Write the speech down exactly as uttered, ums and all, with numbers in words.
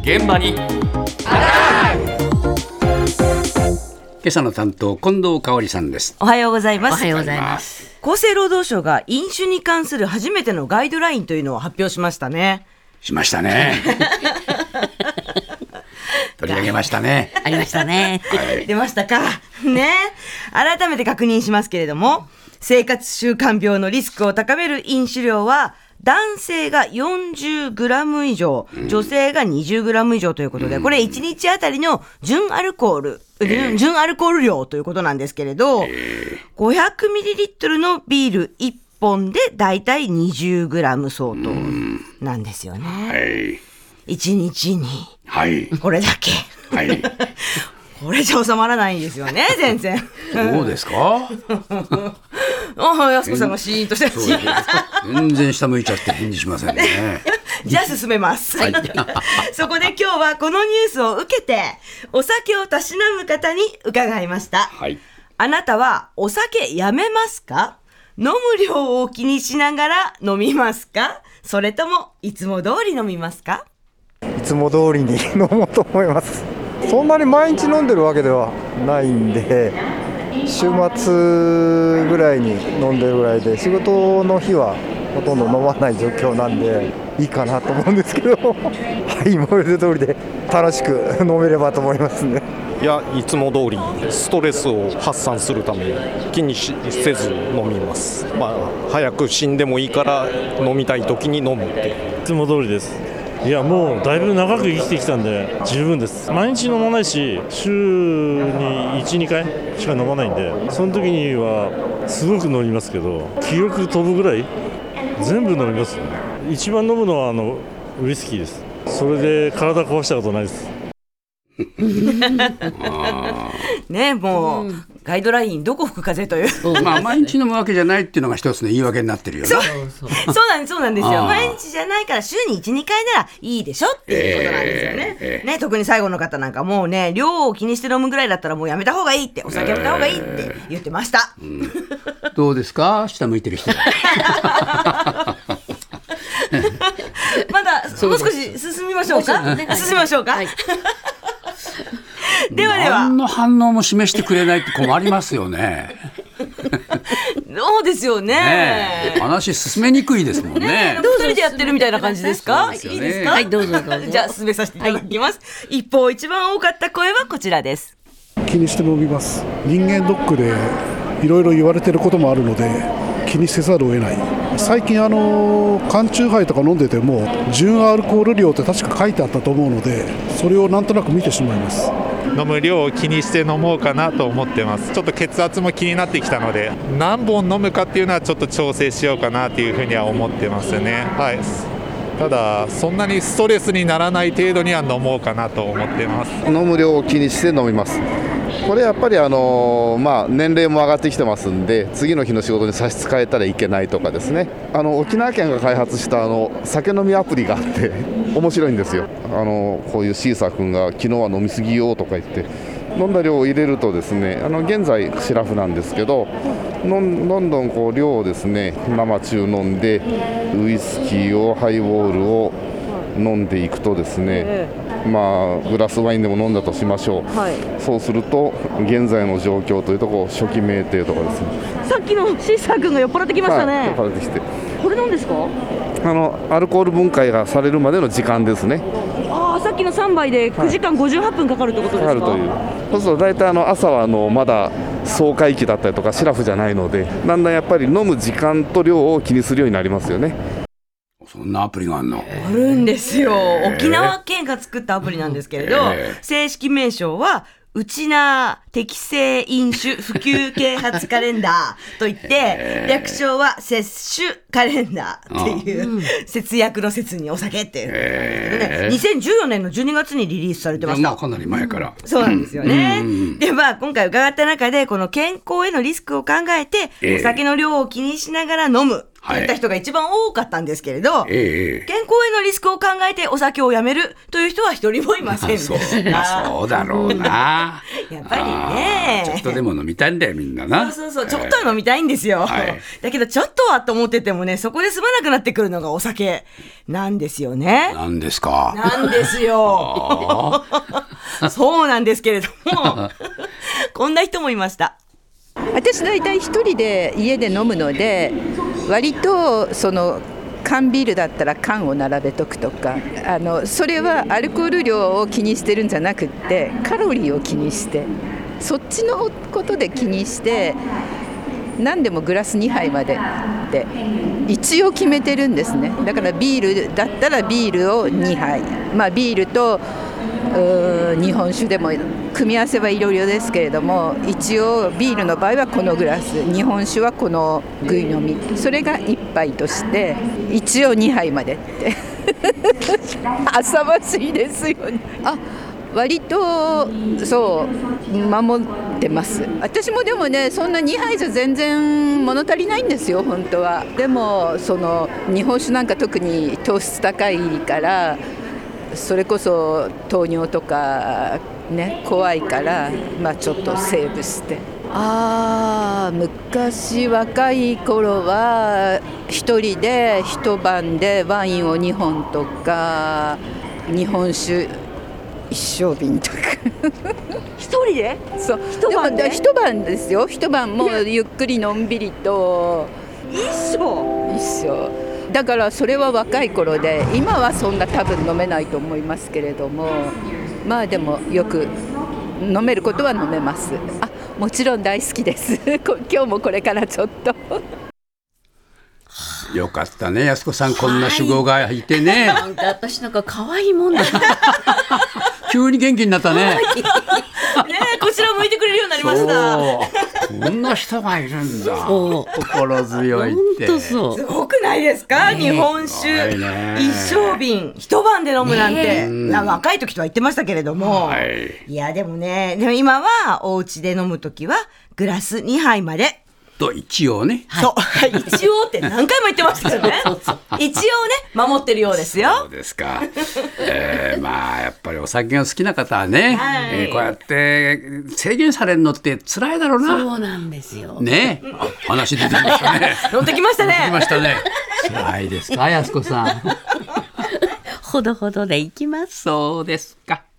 現場に今朝の担当近藤香織さんです。 おはようございます。 おはようございます。 厚生労働省が飲酒に関する初めてのガイドラインというのを発表しましたね。 しましたね取り上げましたね。 ありましたね、 はい、 出ましたかね。改めて確認しますけれども、生活習慣病のリスクを高める飲酒量は男性が よんじゅうグラム 以上、女性が にじゅうグラム 以上ということで、これいちにちあたりの純アルコール、純、純アルコール量ということなんですけれど、ごひゃくミリリットル のビールいっぽんでだいたい にじゅうグラム 相当なんですよね。 はい、 いちにちにこれだけ、 はいはい、 これじゃ収まらないんですよね、全然。 どうですかああ、やすこさんがシーンとしてる。 全然下向いちゃって返事しませんねじゃあ進めます、はい、そこで今日はこのニュースを受けてお酒をたしなむ方に伺いました、 はい、 あなたはお酒やめますか？飲む量を気にしながら飲みますか？それともいつも通り飲みますか？ いつも通りに飲もうと思います。そんなに毎日飲んでるわけではないんで、週末ぐらいに飲んでるぐらいで、仕事の日はほとんど飲まない状況なんでいいかなと思うんですけどはい、今まで通りで楽しく飲めればと思いますね。 いや、いつも通りストレスを発散するために気にしせず飲みます。まあ、早く死んでもいいから飲みたい時に飲むっていつも通りです。いや、もうだいぶ長く生きてきたんで十分です。毎日飲まないし、週に いち,に 回しか飲まないんで、その時にはすごく飲みますけど、記憶飛ぶぐらい全部飲みますね。一番飲むのはあのウイスキーです。それで体壊したことないですね、もう、うん、ガイドラインどこ吹く風という、 まあ、毎日飲むわけじゃないっていうのが一つの言い訳になってるよね。 そうそうなんです、そうなんですよ。毎日じゃないから週に いち,に 回ならいいでしょっていうことなんですよね、えーえー、ね、特に最後の方なんかもうね、量を気にして飲むぐらいだったらもうやめた方がいいって、お酒やめた方がいいって言ってました、えーうん、 どうですか、下向いてる人まだもう少し進みましょうか、ね、進みましょうか、はいではでは、 何の反応も示してくれないって困りますよねそうですよ ね, ね話進めにくいですもんね。 どう一人でやってるみたいな感じですか？いいですか？ はい、どうぞどうぞ。 じゃあ進めさせていただきます、はい、一方一番多かった声はこちらです。 気にして飲みます。人間ドックでいろいろ言われてることもあるので気にせざるを得ない。最近あの缶チューハイとか飲んでても純アルコール量って確か書いてあったと思うので、それをなんとなく見てしまいます。 飲む量を気にして飲もうかなと思ってます。ちょっと血圧も気になってきたので、何本飲むかっていうのはちょっと調整しようかなというふうには思ってますね。はい、ただそんなにストレスにならない程度には飲もうかなと思ってます。 飲む量を気にして飲みます。これやっぱりあの、まあ、年齢も上がってきてますんで、次の日の仕事に差し支えたらいけないとかですね、あの沖縄県が開発したあの酒飲みアプリがあって面白いんですよ。あのこういうシーサー君が昨日は飲みすぎよとか言って飲んだ量を入れるとですね、あの現在シラフなんですけど、どんどんこう量をですね、生中飲んでウイスキーをハイボールを飲んでいくとですね、まあグラスワインでも飲んだとしましょう、はい、そうすると現在の状況というとこう初期酩酊とかですね、 さっきのシーサー君が酔っ払ってきましたね、はい、酔っ払ってきて、これなんですか？ あのアルコール分解がされるまでの時間ですね。 ああ、さっきのさんばいでくじかんごじゅうはっぷんかかるってことですか？かかるという。 そうすると大体あの朝はあのまだ爽快期だったりとかシラフじゃないので、だんだんやっぱり飲む時間と量を気にするようになりますよね。 そんなアプリがあるの？ あるんですよ。沖縄県が作ったアプリなんですけれど、正式名称はうちな適正飲酒普及啓発カレンダーといって略称は摂取カレンダーっていう節約の節にお酒っていう、ね、にせんじゅうよねんのじゅうにがつにリリースされてました。 まあかなり前から、 うん、そうなんですよね、うん、でまあ今回伺った中でこの健康へのリスクを考えてお酒の量を気にしながら飲むといった人が一番多かったんですけれど、 ええ、 健康へのリスクを考えてお酒をやめるという人は一人もいませんでそうしたそうだろうなやっぱりね、 ちょっとでも飲みたいんだよみんなな。 そうそうそう、ちょっとは飲みたいんですよ、 はい、 だけどちょっとはと思っててもね、そこで済まなくなってくるのがお酒なんですよね。 なんですか。 なんですよそうなんですけれどもこんな人もいました。 私大体一人で家で飲むので、割とその缶ビールだったら缶を並べとくとか、あのそれはアルコール量を気にしてるんじゃなくって、カロリーを気にして、そっちのことで気にして、何でもグラスにはいまでって一応決めてるんですね。だからビールだったらビールをにはい、まあ、ビールと日本酒でも組み合わせはいろいろですけれども、一応ビールの場合はこのグラス、日本酒はこのぐい飲み、それがいっぱいとして一応にはいまでって浅ましいですよね。あ、割とそう守ってます。私もでもね、そんなにはいじゃ全然物足りないんですよ本当は。でもその日本酒なんか特に糖質高いから、それこそ糖尿とかね怖いから、まあ、ちょっとセーブして。あー、昔若い頃は一人で一晩でワインをにほんとか日本酒一升瓶とか一人で？ そう、 一晩で？ でも一晩ですよ。一晩もうゆっくりのんびりと一升一升だから、それは若い頃で、今はそんな多分飲めないと思いますけれども、まあでもよく飲めることは飲めます。あ、もちろん大好きです今日もこれからちょっとよかったね、安子さん、こんな酒豪がいてね。 なんか私なんか可愛いもんだ急に元気になったね。 ねえ、こちら向いてくれるようになりました。 こんな人がいるんだ。心強いって。 本当そう。 すごくないですか、日本酒一升瓶一晩で飲むなんて、な若い時とは言ってましたけれども、はい、いやでもね、でも今はお家で飲む時はグラスにはいまでと一応ね、 そう、はい、一応って何回も言ってましたよね一応ね、守ってるようですよ。 そうですか、えー、まあやっぱりお酒が好きな方はね、はい、えー、こうやって制限されるのって辛いだろうな。 そうなんですよね。あ、話出てきましたね乗ってきましたね。 乗ってきましたね。辛いですか、安子さん。 ほどほどでいきます。 そうですか。